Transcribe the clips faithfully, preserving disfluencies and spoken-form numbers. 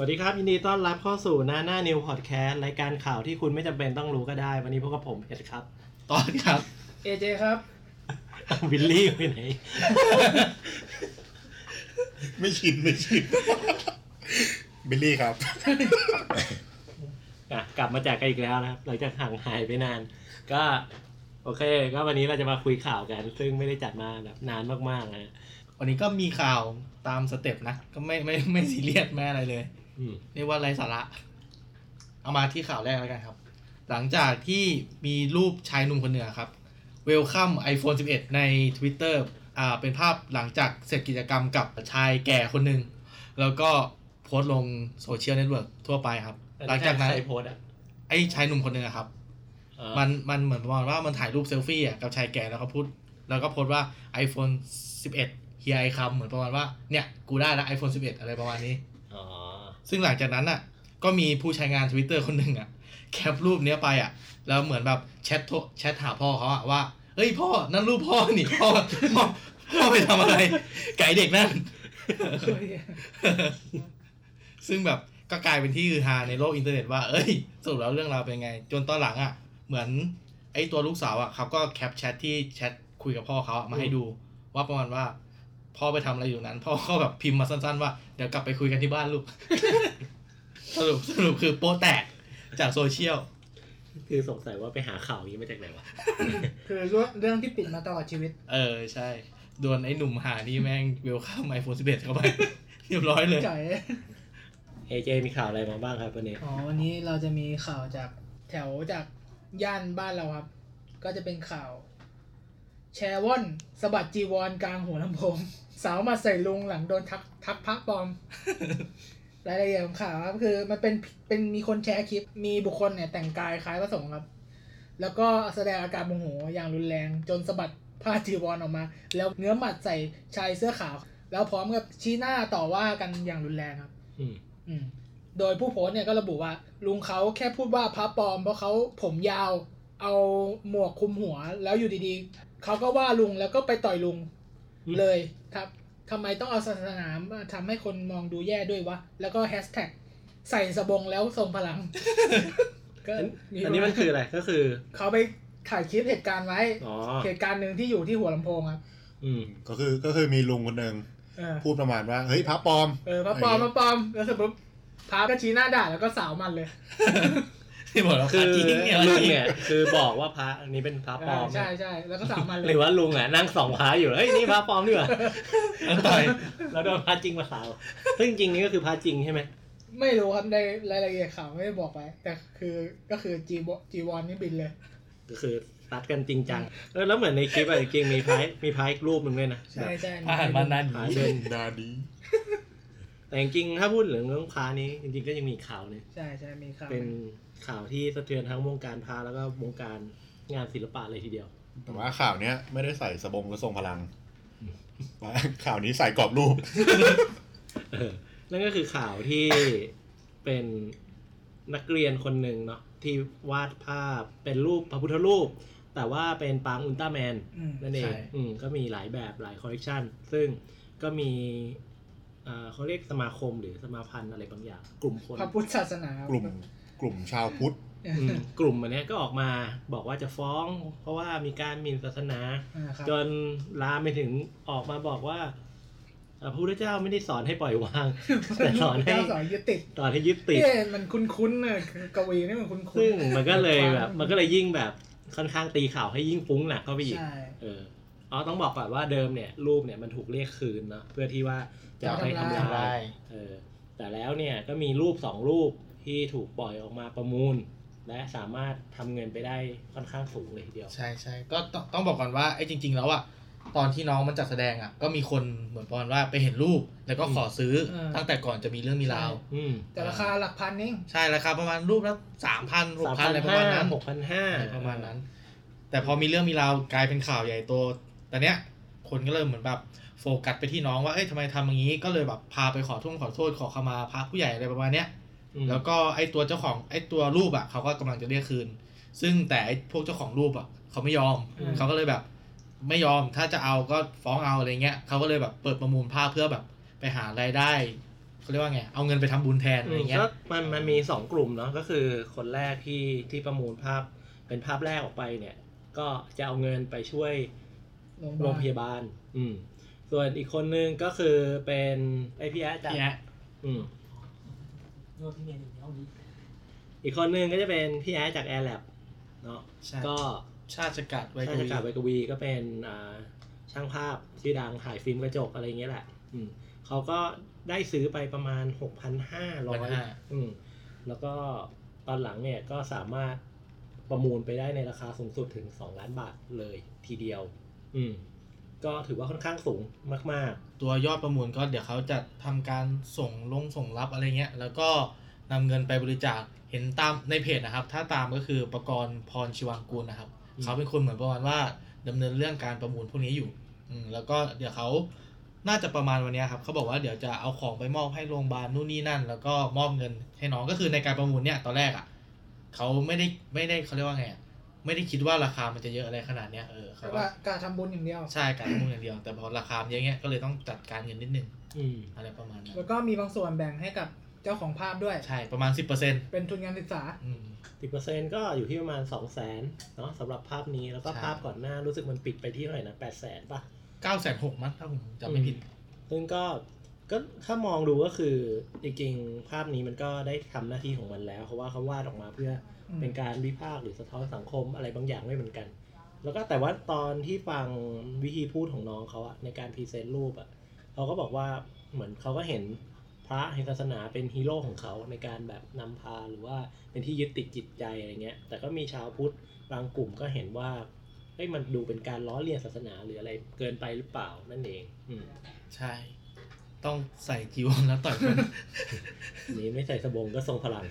วัสดีครับยินดีต้อนรับเข้าสู่หน้าหน้านิวพอดแคสต์รายการข่าวที่คุณไม่จำเป็นต้องรู้ก็ได้วันนี้พบกับผมเอ็ดครับตอนครับเอ เจ ครับวิลลี่ไปไหนไม่ชินไม่ชินบิลลี่ครับอ่ะกลับมาจากกันอีกแล้วนะครับหลังจากห่างหายไปนานก็โอเคก็วันนี้เราจะมาคุยข่าวกันซึ่งไม่ได้จัดมาแบบนานมากๆนะวันนี้ก็มีข่าวตามสเต็ปนะก็ไม่ไม่ไม่ซีเรียสแม่อะไรเลยเรียกว่าไร้สาระเอามาที่ข่าวแรกแล้วกันครับหลังจากที่มีรูปชายหนุ่มคนหนึ่งครับเวลคัม iPhone สิบเอ็ด ใน Twitter อ่าเป็นภาพหลังจากเสร็จกิจกรรมกับชายแก่คนหนึ่งแล้วก็โพสต์ลงโซเชียลเน็ตเวิร์กทั่วไปครับหลังจากนั้นไอ้โพสต์อ่ะไอ้ชายหนุ่มคนหนึ่งครับมันมันเหมือนประมาณว่ามันถ่ายรูปเซลฟี่อ่ะกับชายแก่แล้วก็พูดแล้วก็โพสต์ว่า iPhone สิบเอ็ดHere I come เหมือนประมาณว่าเนี่ยกูได้แล้ว iPhone สิบเอ็ดอะไรประมาณนี้อ๋อซึ่งหลังจากนั้นน่ะก็มีผู้ใช้งาน Twitter คนหนึ่งอ่ะแคปรูปเนี้ยไปอ่ะแล้วเหมือนแบบแชทแชทหาพ่อเขาอ่ะว่าเฮ้ยพ่อนั่นรูปพ่อนี่พ่อพ่อพ่อไปทำอะไรไก่เด็กนั่น ซึ่งแบบก็กลายเป็นที่ฮือฮาในโลกอินเทอร์เน็ตว่าเอ้ยสรุปแล้วเรื่องราวเป็นไงจนตอนหลังอ่ะเหมือนไอ้ตัวลูกสาวอ่ะเขาก็แคปแชทที่แชทคุยกับพ่อเขามาให้ดูว่าประมาณว่าพ่อไปทำอะไรอยู่นั้นพ่อก็แบบพิมพ์มาสั้นๆว่าเดี๋ยวกลับไปคุยกันที่บ้านลูก สรุปสรุปคือโป๊ะแตกจากโซเชียลคือสงสัยว่าไปหาข่าวนี้มาจากไหนวะคือเรื่องที่ปิดมาตลอดชีวิตเออใช่โดนไอ้หนุ่มหานี่แม่งเวลคัม iPhone สิบเอ็ดเข้าไป เรียบร้อยเลยเอเจมีข่าวอะไรมาบ้างครับวันนี้อ๋อวันนี้เราจะมีข่าวจากแถวจากย่านบ้านเราครับก็จะเป็นข่าวแชร์ว่อนสะบัดจีวรกลางหัวลำโพงสาวมาใส่ลุงหลังโดนทักทักพระปลอม รายละเอียดของข่าวครับคือมันเป็นเป็นมีคนแชร์คลิปมีบุคคลเนี่ยแต่งกายคล้ายพระสงฆ์ครับแล้วก็แสดงอาการโมโหอย่างรุนแรงจนสะบัดผ้าจีวรออกมาแล้วเงื้อหมัดใส่ชายเสื้อขาวแล้วพร้อมกับชี้หน้าต่อว่ากันอย่างรุนแรงครับอืมอืมโดยผู้โพสต์เนี่ยก็ระบุว่าลุงเขาแค่พูดว่าพระปลอมเพราะเขาผมยาวเอาหมวกคลุมหัวแล้วอยู่ดีๆเขาก็ว่าลุงแล้วก็ไปต่อยลุงเลยครับทำไมต้องเอาศาสนามาทำให้คนมองดูแย่ด้วยวะแล้วก็แฮชแท็กใส่สบงแล้วทรงพลังอันนี้มันคืออะไรก็คือเขาไปถ่ายคลิปเหตุการณ์ไว้เหตุการณ์หนึ่งที่อยู่ที่หัวลำโพงครับอืมก็คือก็คือมีลุงคนหนึ่งพูดประมาณว่าเฮ้ยพระปลอมเออพระปลอมพระปลอมแล้วเสร็จปุ๊บพระก็ชี้หน้าด่าแล้วก็สาวมันเลยที่บอกว่าคือลุงเนี่ยคือบอกว่าพระอันนี้เป็นพระปลอมใช่ใช่แล้วก็สาวมันเลยหรือว่าลุงอ่ะนั่งส่องพระอยู่เฮ้ยนี่พระปลอมนี่หว่าต่อยแล้วโดนพระจริงมาสาวซึ่งจริงนี่ก็คือพระจริงใช่ไหมไม่รู้ครับในรายละเอียดข่าวไม่ได้บอกไว้แต่คือก็คือจีวจีวรนี่บินเลยก็คือตัดกันจริงจังแล้วเหมือนในคลิปอะจริงมีพระมีพระอีกรูปนึงด้วยนะใช่ใช่ผ่านมานานเดินนาดีแต่จริงๆถ้าพูดถึงเรื่องพระนี้จริงๆก็ยังมีข่าวนึงใช่ใช่มีข่าวเป็นข่าวที่สะเทือนทั้งวงการพระแล้วก็วงการงานศิลปะเลยทีเดียวแต่ว่าข่าวเนี้ยไม่ได้ใส่สบงและทรงพลังข่าวนี้ใส่กรอบรูปนั่นก็คือข่าวที่เป็นนักเรียนคนหนึ่งเนาะที่วาดภาพเป็นรูปพระพุทธรูปแต่ว่าเป็นปางอุลตร้าแมนนั่นเองอืมก็มีหลายแบบหลายคอลเลคชันซึ่งก็มีอ่าเขาเรียกสมาคมหรือสมาพันธ์อะไรบางอย่างกลุ่มคนพระพุทธศาสนากลุ่มกลุ่มชาวพุทธกลุ่มอันนี้ก็ออกมาบอกว่าจะฟ้องเพราะว่ามีการหมิ่นศาสนาจนลามไปถึงออกมาบอกว่าพระพุทธเจ้าไม่ได้สอนให้ปล่อยวางแต่สอนให้สอนยึดติดสอนให้ยึดติดมันคุ้นๆน่ะกวีนี่มันคุ้นๆซึ่งมันก็เลยแบบมันก็เลยยิ่งแบบค่อนข้างตีข่าวให้ยิ่งฟุ้งหนักเข้าไปอีกเอออ๋อต้องบอกก่อนว่าเดิมเนี่ยรูปเนี่ยมันถูกเรียกคืนเนาะเพื่อที่ว่าจะให้ทำลายเออแต่แล้วเนี่ยก็มีรูปสองรูปที่ถูกปล่อยออกมาประมูลและสามารถทำเงินไปได้ค่อนข้างสูงเลยทีเดียวใช่ใช่ก็ต้องบอกก่อนว่าไอ้จริงๆแล้วอ่ะตอนที่น้องมันจัดแสดงอ่ะก็มีคนเหมือนประมาณว่าไปเห็นรูปแล้วก็ขอซื้อตั้งแต่ก่อนจะมีเรื่องมีราวแต่ราคาหลักพันเองใช่ราคาประมาณรูปละ สามพัน หกพัน อะไรประมาณนั้นหกพันห้าร้อยประมาณนั้นแต่พอมีเรื่องมีราวกลายเป็นข่าวใหญ่โตแต่เนี้ยคนก็เริ่มเหมือนแบบโฟกัสไปที่น้องว่าเอ้ยทำไมทำอย่างนี้ก็เลยแบบพาไปขอโทษขอโทษขอขมาพระผู้ใหญ่อะไรประมาณเนี้ยแล้วก็ไอ้ตัวเจ้าของไอ้ตัวรูปอ่ะเขาก็กำลังจะเรียกคืนซึ่งแต่ไอ้พวกเจ้าของรูปอ่ะเขาไม่ยอมเขาก็เลยแบบไม่ยอมถ้าจะเอาก็ฟ้องเอาอะไรเงี้ยเขาก็เลยแบบเปิดประมูลภาพเพื่อแบบไปหารายได้เขาเรียกว่าไงเอาเงินไปทำบุญแทนอะไรเงี้ยก็มันมันมีสองกลุ่มเนาะก็คือคนแรกที่ที่ประมูลภาพเป็นภาพแรกออกไปเนี่ยก็จะเอาเงินไปช่วยโรงพยาบาลอืมส่วนอีกคนนึงก็คือเป็นไอพี่แอ๊ะจากอืมอีกคนนึงก็จะเป็นพี่แอ๊ะจาก Air Lab เนาะก็ชาติกัดไวกวีชาติกัดไวกวีก็เป็นอ่าช่างภาพชื่อดังถ่ายฟิล์มกระจกอะไรเงี้ยแหละอืมเขาก็ได้ซื้อไปประมาณ หกพันห้าร้อย อืมแล้วก็ตอนหลังเนี่ยก็สามารถประมูลไปได้ในราคาสูงสุดถึงสองล้านบาทเลยทีเดียวอืมก็ถือว่าค่อนข้างสูงมากๆตัวยอดประมูลก็เดี๋ยวเขาจะทำการส่งลงส่งรับอะไรเงี้ยแล้วก็นำเงินไปบริจาคเห็นตามในเพจนะครับถ้าตามก็คือประกรณ์พรชีวังกูลนะครับเขาเป็นคนเหมือนประมาณว่าดำเนินเรื่องการประมูลพวกนี้อยู่อืมแล้วก็เดี๋ยวเขาน่าจะประมาณวันนี้ครับเขาบอกว่าเดี๋ยวจะเอาของไปมอบให้โรงพยาบาลนู่นนี่นั่นแล้วก็มอบเงินให้น้องก็คือในการประมูลเนี่ยตอนแรกอ่ะเขาไม่ได้ไม่ได้เขาเรียกว่าไงไม่ได้คิดว่าราคามันจะเยอะอะไรขนาดเนี้ยเออเขาว่าการทำบุญอย่างเดียวใช่การทำบุญอย่างเดียวแต่พอราคาเยอะเงี้ยก็เลยต้องจัดการเงินนิดนึงอืมอะไรประมาณนั้นแล้วก็มีบางส่วนแบ่งให้กับเจ้าของภาพด้วยใช่ประมาณ สิบเปอร์เซ็นต์เป็นทุนการศึกษาอืมสิบเปอร์เซ็นต์ ก็อยู่ที่ประมาณ สองแสน เนาะสำหรับภาพนี้แล้วก็ภาพก่อนหน้ารู้สึกมันปิดไปที่เท่าไหร่นะ แปดแสน ป่ะเก้าแสนหก มั้งถ้าผมจำไม่ผิดซึ่งก็ก็ถ้ามองดูก็คือจริงๆภาพนี้มันก็ได้ทำหน้าที่ของมันแล้วเพราะว่าเขาวาดออกมาเพื่อเป็นการวิพากษ์หรือสะท้อนสังคมอะไรบางอย่างไม่เหมือนกันแล้วก็แต่ว่าตอนที่ฟังวิธีพูดของน้องเขาอะในการพรีเซนต์รูปอะเขาก็บอกว่าเหมือนเขาก็เห็นพระแห่งศาสนาเป็นฮีโร่ของเขาในการแบบนำพาหรือว่าเป็นที่ยึดติดจิตใจอะไรเงี้ยแต่ก็มีชาวพุทธบางกลุ่มก็เห็นว่าเฮ้ยมันดูเป็นการล้อเลียนศาสนาหรืออะไรเกินไปหรือเปล่านั่นเองอืมใช่ต้องใส่จีวรแล้วต่อยคนนี่ไม่ใส่สบงก็ทรงพลัง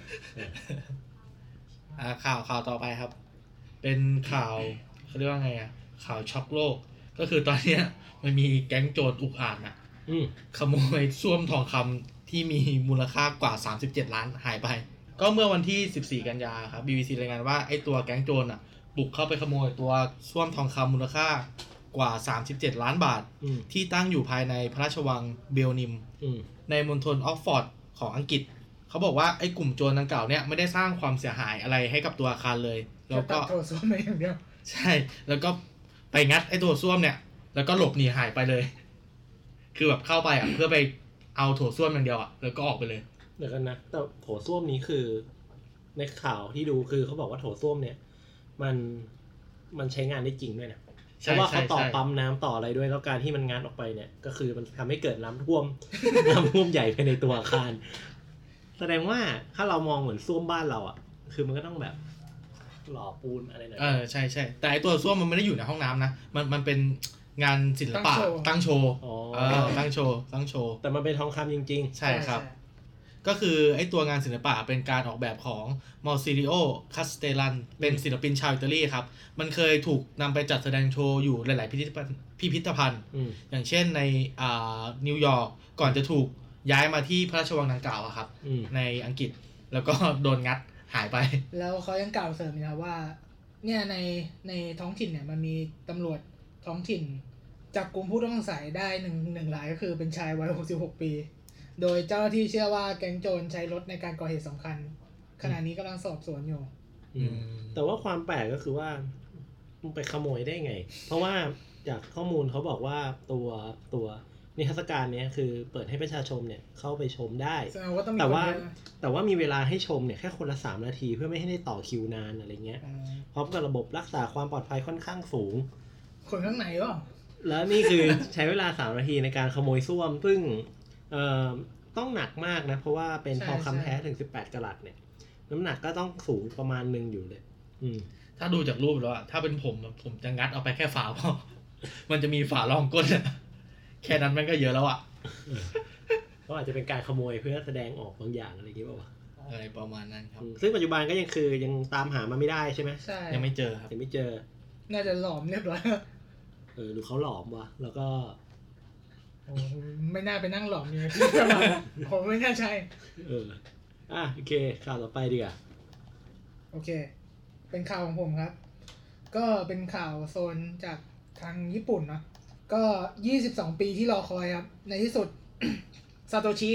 อ่าข่าวข่าวต่อไปครับเป็นข่าวเขาเรียกว่าไงอ่ะข่าวช็อกโลกก็คือตอนเนี้ยมันมีแก๊งโจรอุกอาจน่ะขโมยส้วมทองคำที่มีมูลค่ากว่าสามสิบเจ็ดล้านหายไปก็เมื่อวันที่สิบสี่กันยาครับ บี บี ซี รายงานว่าไอ้ตัวแก๊งโจรอ่ะบุกเข้าไปขโมยตัวส้วมทองคำมูลค่ากว่าสามสิบเจ็ดล้านบาทที่ตั้งอยู่ภายในพระราชวังเบลนิมในมณฑลออกฟอร์ดของอังกฤษเขาบอกว่าไอ้กลุ่มโจรดังกล่าวเนี่ยไม่ได้สร้างความเสียหายอะไรให้กับตัวอาคารเลยแล้วก็โถส้วมไม่อย่างเดียวใช่แล้วก็ไปงัดไอ้ตัวส้วมเนี่ยแล้วก็หลบหนีหายไปเลยคือแบบเข้าไปอ่ะเพื่อไปเอาโถส้วมอย่างเดียวอ่ะแล้วก็ออกไปเลยเดี๋ยวกันนะแต่โถส้วมนี้คือในข่าวที่ดูคือเขาบอกว่าโถส้วมเนี่ยมันมันใช้งานได้จริงด้วยนะเพราะว่าเขาต่อปั๊มน้ำต่ออะไรด้วยแล้วการที่มันงัดออกไปเนี่ยก็คือมันทำให้เกิดน้ำท่วม น้ำท่วมใหญ่ภายในตัวอาคารแสดงว่าถ้าเรามองเหมือนส้วมบ้านเราอ่ะคือมันก็ต้องแบบหล่อปูนอะไรหน่อยเออใช่ใช่แต่ไอตัวส้วมมันไม่ได้อยู่ในห้องน้ำนะมันมันเป็นงานศิลปะตั้งโชว์เออตั้งโชว์ตั้งโชว์แต่มันเป็นทองคำจริงๆใช่ครับก็คือไอตัวงานศิลปะเป็นการออกแบบของมอร์ซิลิโอคาสเตลันเป็นศิลปินชาวอิตาลีครับมันเคยถูกนำไปจัดแสดงโชว์อยู่หลายๆพิพิธภัณฑ์พิพิธภัณฑ์อย่างเช่นในอ่านิวยอร์กก่อนจะถูกย้ายมาที่พระราชวังดังกล่าวอะครับในอังกฤษแล้วก็โดนงัดหายไปแล้วเขายังกล่าวเสริมอีกนะว่าเนี่ยในในท้องถิ่นเนี่ยมันมีตำรวจท้องถิ่นจับกุมผู้ต้องสงสัยได้หนึ่งหนึ่งรายก็คือเป็นชายวัยหกสิบหกปีโดยเจ้าหน้าที่เชื่อว่าแก๊งโจรใช้รถในการก่อเหตุสำคัญขณะนี้กำลังสอบสวนอยู่แต่ว่าความแปลกก็คือว่ามันไปขโมยได้ไงเพราะว่าจากข้อมูลเขาบอกว่าตัวตัวนิทรรศการนี้คือเปิดให้ประชาชนเนี่ยเข้าไปชมได้แต่ว่าแต่ว่ามีเวลาให้ชมเนี่ยแค่คนละสามนาทีเพื่อไม่ให้ได้ต่อคิวนานอะไรเงี้ยพร้อมกับระบบรักษาความปลอดภัยค่อนข้างสูงคนข้างในวะแล้วนี่คือใช้เวลาสามนาทีในการขโมยส้วมซึ่งเอ่อต้องหนักมากนะเพราะว่าเป็นทองคำแท้ถึงสิบแปดกะรัตเนี่ยน้ำหนักก็ต้องสูงประมาณนึงอยู่เลยอืมถ้าดูจากรูปแล้วถ้าเป็นผมผมจะงัดเอาไปแค่ฝาพอมันจะมีฝารองก้นแค่นั้นมันก็เยอะแล้วอ่ะก็อาจจะเป็นการขโมยเพื่อแสดงออกบางอย่างอะไรอย่างนี้ป่าวอะไรประมาณนั้นครับซึ่งปัจจุบันก็ยังคือยังตามหามาไม่ได้ใช่ไหมใช่ยังไม่เจอครับยังไม่เจอน่าจะหลอมเรียบร้อยเออหรือเขาหลอมวะแล้วก็โอ้ไม่น่าไปนั่งหลอมอย่างที่ประมาณผมไม่น่าใช่เอออ่ะโอเคข่าวต่อไปดีกว่าโอเคเป็นข่าวของผมครับก็เป็นข่าวโซนจากทางญี่ปุ่นเนาะก็ยี่สิบสองปีที่รอคอยครับในที่สุดซาโตชิครับ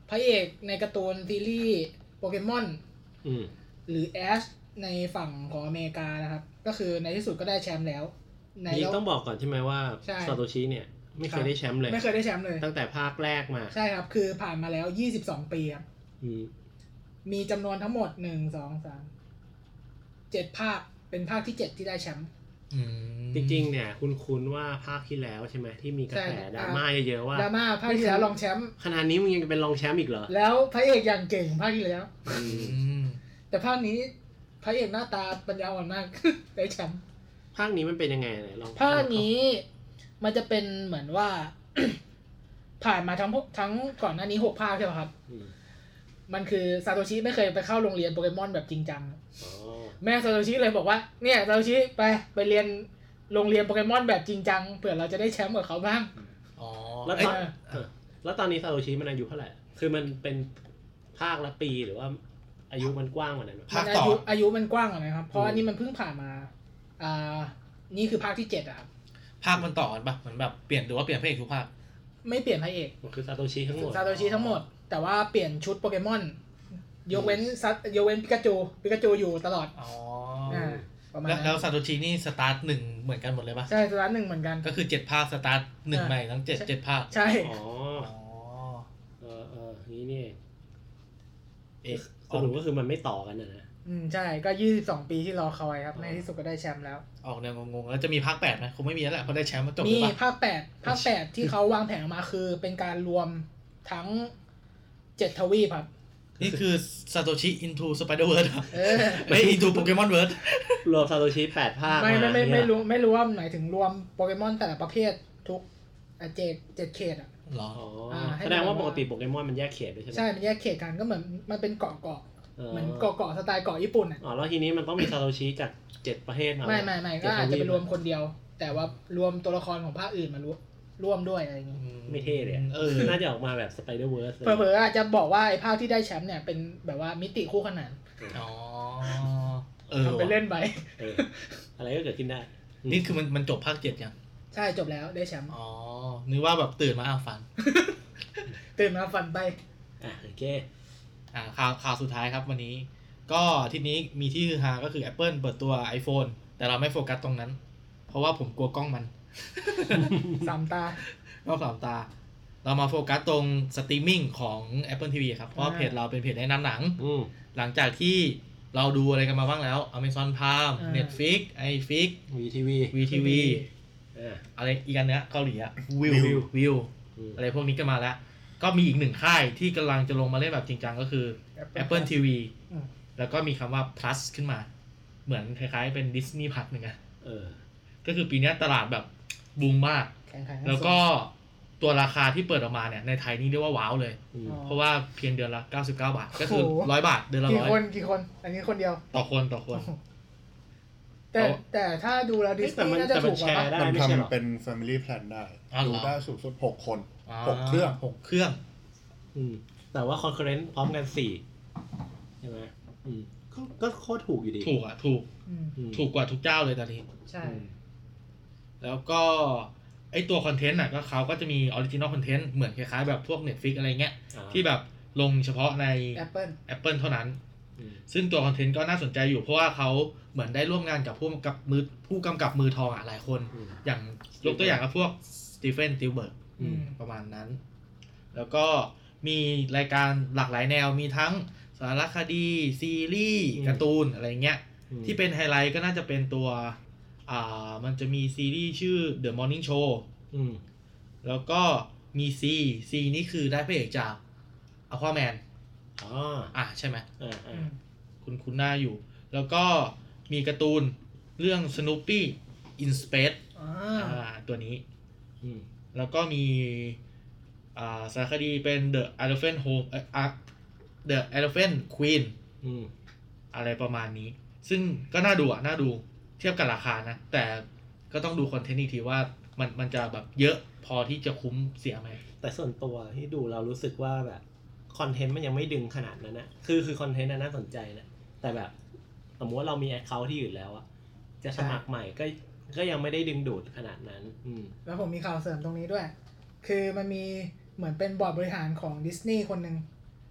พระเอกในการ์ตูนซีรีส์โปเกมอนหรือแอชในฝั่งของอเมริกานะครับก็คือในที่สุดก็ได้แชมป์แล้วนี่ต้องบอกก่อนใช่ไหมว่าซาโตชิเนี่ยไม่เคยได้แชมป์เลยไม่เคยได้แชมป์เลยตั้งแต่ภาคแรกมาใช่ครับคือผ่านมาแล้วยี่สิบสองปีครับมีจำนวนทั้งหมดหนึ่ง สอง สาม เจ็ดภาคเป็นภาคที่เจ็ดที่ได้แชมป์จริงๆเนี่ยคุ้นๆว่าภาคที่แล้วใช่ไหมที่มีกระแสดราม่าเยอะๆว่าดราม่าภาคที่แล้วรองแชมป์ขนาดนี้มึงยังเป็นรองแชมป์อีกเหรอแล้วพระเอกอย่างเก่งภาคที่แล้วแต่ภาคนี้พระเอกหน้าตาปัญญาอ่อนมากได้แชมป์ภาคนี้มันเป็นยังไงลองภาคนี้มันจะเป็นเหมือนว่า ผ่านมาทั้งทั้งก่อนหน้านี้หกภาคใช่ไหมครับมันคือซาโตชิไม่เคยไปเข้าโรงเรียนโปเกมอนแบบจริงจังแม่ซาโตชิเลยบอกว่าเนี่ยซาโตชิไปไปเรียนโรงเรียนโปเกมอนแบบจริงจังเผื่อเราจะได้แชมป์กับเขาบ้างอ๋อแล้วตอนแล้วตอนนี้ซาโตชิมันอายุเท่าไหร่คือมันเป็นภาคละปีหรือว่าอายุมันกว้างกว่านั้นภาคต่ออายุอายุมันกว้างกว่านั้นครับเพราะอันนี้มันเพิ่งผ่านมาอ่านี่คือภาคที่เจ็ดอ่ะครับภาคมันต่อกันปะเหมือนแบบเปลี่ยนหรือว่าเปลี่ยนพระเอกทุกภาคไม่เปลี่ยนพระเอกคือซาโตชิทั้งหมดซาโตชิทั้งหมดแต่ว่าเปลี่ยนชุดโปเกมอนยกเว้นซัยกเว้นปิกาจูปิกาจูอยู่ตลอดอ๋ออ่าประมาณนั้นแล้วซาโตชินี่สตาร์ทหนึ่งเหมือนกันหมดเลยปะใช่สตาร์ทหนึ่งเหมือนกันก็คือเจ็ดภาคสตาร์ทหนึ่งใหม่ทั้งเจ็ด เจ็ดภาคใช่อ๋อเออเออนี่นี่เอ๊ะสรุปก็คือมันไม่ต่อกันนะอืมใช่ก็ยี่สิบสองปีที่รอคอยครับในที่สุดก็ได้แชมป์แล้วออกแนวงงๆแล้วจะมีภาคแปดมั้ยคงไม่มีแล้วแหละเพราะได้แชมป์มาจบแล้วมีภาคแปดภาคแปดที่เขาวางแผนออกมาคือเป็นการรวมทั้งเจ็ดทวีปครับนี่คือ Satoshi into Spider-Verse เออไม่ into Pokemon Verse รวม Satoshi แปดภาคไม่ไม่ไม่รู้ไม่รู้ว่าหมายถึงรวมโปเกมอนแต่ละประเภททุกอ่ะเจ็ด เจ็ดเขตอ่ะเหรออ๋อแสดงว่าปกติโปเกมอนมันแยกเขตด้วยใช่มั้ยใช่มันแยกเขตกันก็เหมือนมันเป็นเกาะเกาะเหมือนเกาะเกาะสไตล์เกาะญี่ปุ่นอ่ะอ๋อแล้วทีนี้มันต้องมีซาโตชิจากเจ็ดประเทศมาไม่ไม่ๆก็อาจจะไปรวมคนเดียวแต่ว่ารวมตัวละครของภาคอื่นมาร่วมด้วยอะไรอย่างงี้ไม่เท่เลยเออน่าจะออกมาแบบ Spider-Verse เผลอๆอาจจะบอกว่าไอ้ภาคที่ได้แชมป์เนี่ยเป็นแบบว่ามิติคู่ขนานอ๋อเออทำไปเล่นไปเอออะไรก็เกิดขึ้นได้นี่คือมันมันจบภาคเจ็ดยังใช่จบแล้วได้แชมป์อ๋อนึกว่าแบบตื่นมาอ้าวฝันตื่นมาฝันไปอ่ะโอเคอ่าข่าวข่าวสุดท้ายครับวันนี้ก็ทีนี้มีที่ฮือฮาก็คือ Apple เปิดตัว iPhone แต่เราไม่โฟกัสตรงนั้นเพราะว่าผมกลัวกล้องมันสามตาก็สามตาเรามาโฟกัสตรงสตรีมมิ่งของ Apple ที วี ครับเพราะเพจเราเป็นเพจแนะนำหนังหลังจากที่เราดูอะไรกันมาบ้างแล้ว Amazon Prime Netflix ไอ ฟิกวี ที วีวี ที วี เอ่ออะไรอีกอันเนี้ยเกาหลีอ่ะวิววิวอะไรพวกนี้กันมาแล้วก็มีอีกหนึ่งค่ายที่กำลังจะลงมาเล่นแบบจริงจังก็คือ Apple ที วี แล้วก็มีคำว่า plus ขึ้นมาเหมือนคล้ายๆเป็น Disney Plus เหมือนกันเออก็คือปีนี้ตลาดแบบบูมมากแล้วก็ตัวราคาที่เปิดออกมาเนี่ยในไทยนี่เรียกว่าว้าวเลยเพราะว่าเพียงเดือนละเก้าสิบเก้าบาทก็คือหนึ่งร้อยบาทเดือนละหนึ่งร้อยกี่คนกี่คนอันนี้คนเดียวต่อคนต่อคนแต่แต่ถ้าดูแล้ว Disney น่าจะถูกกว่ามันทำเป็น Family Plan ได้ดูได้สูงสุดหกคนหกเครื่องหกเครื่องอืมแต่ว่า Concurrent พร้อมกันสี่ใช่มั้ยอืมก็โคตรถูกอยู่ดีถูกอ่ะถูกถูกกว่าทุกเจ้าเลยตอนนี้ใช่แล้วก็ไอตัวคอนเทนต์น่ะก็เขาก็จะมีออริจินอลคอนเทนต์เหมือนคล้ายๆแบบพวก Netflix อะไรเงี้ยที่แบบลงเฉพาะใน Apple Apple เท่านั้นซึ่งตัวคอนเทนต์ก็น่าสนใจอยู่เพราะว่าเขาเหมือนได้ร่วมงานกับผู้กำกับมือผู้กำกับมือทองอ่ะหลายคนอย่างยกตัวอย่างกับพวกสตีเฟน สตีลเบิร์กประมาณนั้นแล้วก็มีรายการหลากหลายแนวมีทั้งสารคดีซีรีส์การ์ตูนอะไรเงี้ยที่เป็นไฮไลท์ก็น่าจะเป็นตัวอ่ามันจะมีซีรีส์ชื่อ The Morning Show อืมแล้วก็มี C C นี่คือได้พระเอกจาก Aquaman อ๋ออ่ะใช่ไหมอ่าอ่าคุณคุณหน้าอยู่แล้วก็มีการ์ตูนเรื่อง Snoopy in Space อ่าตัวนี้อืมแล้วก็มีอ่าสารคดีเป็น The Elephant Home อ่ะ The Elephant Queen อืมอะไรประมาณนี้ซึ่งก็น่าดูอ่ะน่าดูเทียบกับราคานะแต่ก็ต้องดูคอนเทนต์อีกทีว่ามันมันจะแบบเยอะพอที่จะคุ้มเสียไหมแต่ส่วนตัวที่ดูเรารู้สึกว่าแบบคอนเทนต์มันยังไม่ดึงขนาดนั้นนะคือคือคอนเทนต์น่าสนใจนะแต่แบบสมมติว่าเรามีแอคเคาท์ที่อื่นแล้วอะจะสมัครใหม่ก็ก็ยังไม่ได้ดึงดูดขนาดนั้นอืมแล้วผมมีข่าวเสริมตรงนี้ด้วยคือมันมีเหมือนเป็นบอร์ดบริหารของดิสนีย์คนนึง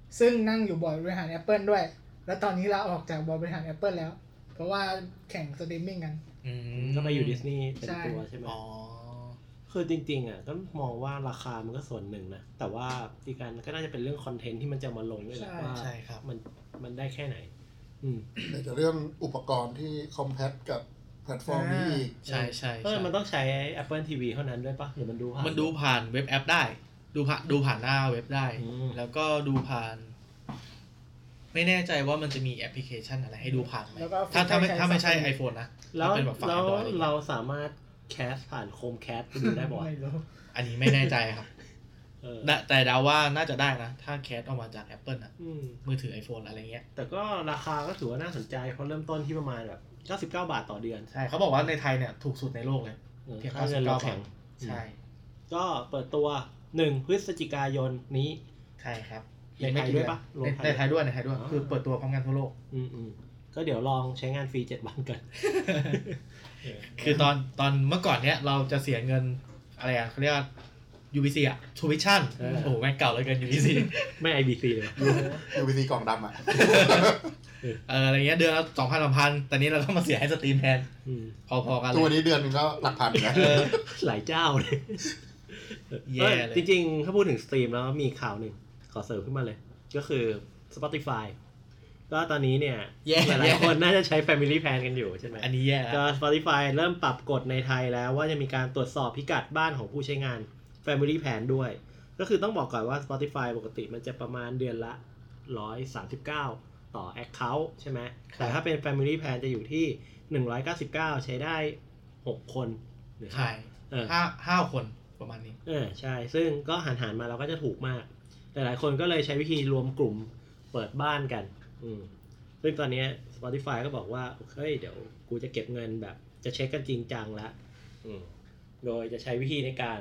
ซึ่งนั่งอยู่บอร์ดบริหาร Apple ด้วยแล้วตอนนี้ลาออกจากบอร์ดบริหาร Apple แล้วเพราะว่าแข่งสตรีมมิ่งกันก็ไปอยู่ดิสนีย์เป็นตัวใช่ไหมอ๋อคือจริงๆอ่ะก็มองว่าราคามันก็ส่วนหนึ่งนะแต่ว่าอีกการก็น่าจะเป็นเรื่องคอนเทนต์ที่มันจะมาลงด้วยแหละว่ามันมันได้แค่ไหนอืมแต่เรื่องอุปกรณ์ที่คอมแพตกับแพลตฟอร์มนี้อีกใช่ใช่เออมันต้องใช้ Apple ที วี เท่านั้นด้วยปะหรือมันดูผ่านมันดูผ่านเว็บแอปได้ดูผ่านดูผ่านหน้าเว็บได้แล้วก็ดูผ่านไม่แน่ใจว่ามันจะมีแอปพลิเคชันอะไรให้ดูผ่านไหมถ้าถ้าไม่ถ้าไม่ใช่ iPhone นะแล้วแล้วเราสามารถแคสผ่านโคมแคสดูได้บ่อยอันนี้ไม่แน่ใจครับแต่เดาว่าน่าจะได้นะถ้าแคสออกมาจาก Apple นะมือถือ iPhone อะไรเงี้ยแต่ก็ราคาก็ถือว่าน่าสนใจเพราะเริ่มต้นที่ประมาณแบบเก้าสิบเก้าบาทต่อเดือนใช่เขาบอกว่าในไทยเนี่ยถูกสุดในโลกเลยเพียงเก้าสิบเก้าบาทใช่ก็เปิดตัวหนึ่งพฤศจิกายนนี้ใช่ครับในไทยด้วยปะในไทยด้วยในไทยด้วยคือเปิดตัวพร้อมกันทั่วโลกอืมๆก็เดี๋ยวลองใช้งานฟรีเจ็ดวันกันคือตอนตอนเมื่อก่อนเนี้ยเราจะเสียเงินอะไรอ่ะเขาเรียก ยู บี ซี อ่ะ Tuition โอ้โหแม่งเก่าแล้วกัน ยู บี ซีไม่ ไอ บี ซี เลยยู บี ซี กล่องดำอ่ะเอออะไรเงี้ยเดือนละ สองพัน สามพัน แต่นี้เราต้องมาเสียให้สตรีมแทนพอๆกันเลยตัวนี้เดือนนึงก็หลักพันนะหลายเจ้าเลยแย่เลยจริงๆถ้าพูดถึงสตรีมแล้วมีข่าวหนึ่งขอเสริมขึ้นมาเลยก็คือ Spotify ก็ตอนนี้เนี่ยหลายๆคนน่าจะใช้ Family Plan กันอยู่ใช่ไหมอันนี้แย่ก็ Spotify เริ่มปรับกฎในไทยแล้วว่าจะมีการตรวจสอบพิกัดบ้านของผู้ใช้งาน Family Plan ด้วยก็คือต้องบอกก่อนว่า Spotify ปกติมันจะประมาณเดือนละหนึ่งร้อยสามสิบเก้าต่อ Account ใช่ไหมแต่ถ้าเป็น Family Plan จะอยู่ที่หนึ่งร้อยเก้าสิบเก้าใช้ได้หกคนหรือใช่เออห้า ห้าคนประมาณนี้เออใช่ซึ่งก็หารๆมาเราก็จะถูกมากแต่หลายคนก็เลยใช้วิธีรวมกลุ่มเปิดบ้านกันอืมซึ่งตอนนี้ Spotify ก็บอกว่าเฮ้ยเดี๋ยวกูจะเก็บเงินแบบจะเช็คกันจริงจังแล้วอืมโดยจะใช้วิธีในการ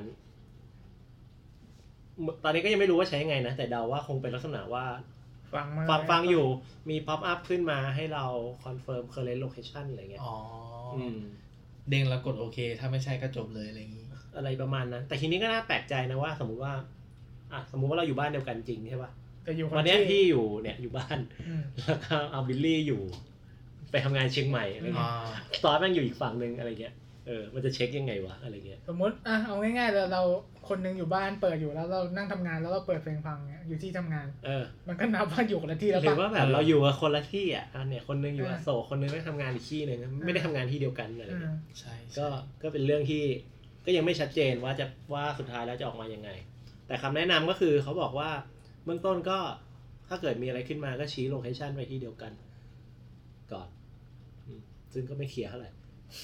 ตอนนี้ก็ยังไม่รู้ว่าใช้ยังไงนะแต่เดาว่าคงเป็นลักษณะว่าฟังฟังฟังอยู่มีป๊อปอัพขึ้นมาให้เราคอนเฟิร์ม current location อะไรเงี้ยอ๋ออืมเด้งแล้วกดโอเคถ้าไม่ใช่ก็จบเลยอะไรอย่างงี้อะไรประมาณนั้นแต่ทีนี้ก็น่าแปลกใจนะว่าสมมุติว่าอ่ะสมมุติว่าเราอยู่บ้านเดียวกันจริงใช่ป่ะแต่อยู่วันนี้ที่อยู่เนี่ยอยู่บ้านแล้วก็เอาบิลลี่อยู่ไปทำงานเชียงใหม่อะไรเงี้ยตอนแม่งอยู่อีกฝั่งนึงอะไรเงี้ยเออมันจะเช็คยังไงวะอะไรเงี้ยสมมติอ่ะเอาง่ายๆเราเราคนนึงอยู่บ้านเปิดอยู่แล้วเรานั่งทำงานแล้วเราเปิดเพลงฟังเนี่ยอยู่ที่ทำงานเออมันก็นับว่าอยู่คนละที่แล้วป่ะหรือว่าแบบเราอยู่กับคนละที่อ่ะเนี่ยคนนึงอยู่อโศกคนนึงไม่ทำงานอีกที่นึงไม่ได้ทำงานที่เดียวกันอะไรเงี้ยใช่ก็ก็เป็นเรื่องที่ก็ยังไม่ชัดเจนว่าจะว่าสุดท้ายแล้วจะออกมายังไงแต่คำแนะนำก็คือเขาบอกว่าเบื้องต้นก็ถ้าเกิดมีอะไรขึ้นมาก็ชี้โลเคชั่นไปที่เดียวกันก่อนซึ่งก็ไม่เคลียร์เท่าไหร่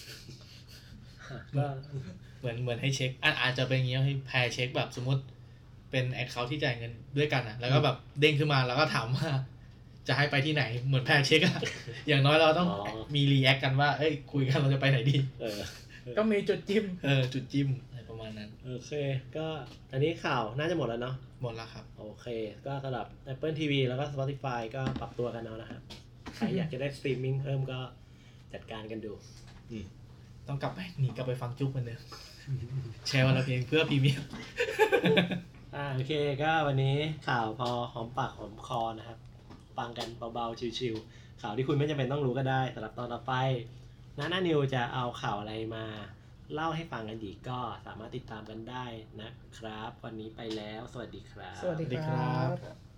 ก็เหมือนเหมือนให้เช็คอาจจะเป็นอย่างนี้ให้แพร์เช็คแบบสมมติเป็นแอคเคาท์ที่จ่ายเงินด้วยกันนะแล้วก็แบบเด้งขึ้นมาแล้วก็ถามว่าจะให้ไปที่ไหนเหมือนแพร์เช็คอะอย่างน้อยเราต้องมีรีแอคกันว่าเอ้ยคุยกันเราจะไปไหนดีต้องมีจุดจิ้มเออจุดจิ้มอะไรประมาณนั้นโอเคก็อันนี้ข่าวน่าจะหมดแล้วเนาะหมดแล้วครับโอเคก็สำหรับ Apple ที วี แล้วก็ Spotify ก็ปรับตัวกันเอานะครับใครอยากจะได้สตรีมมิ่งเพิ่มก็จัดการกันดูต้องกลับไปหนีกลับไปฟังจุ๊บกันเดิมแชร์วันละเพลงเพื่อพรีเมียมอ่าโอเคก็วันนี้ข่าวพอหอมปากหอมคอนะครับฟังกันเบาๆชิวๆข่าวที่คุณไม่จำเป็นต้องรู้ก็ได้สำหรับตอนต่อไปน้าหน้านิวจะเอาข่าวอะไรมาเล่าให้ฟังกันอีกก็สามารถติดตามกันได้นะครับวันนี้ไปแล้วสวัสดีครับสวัสดีครับ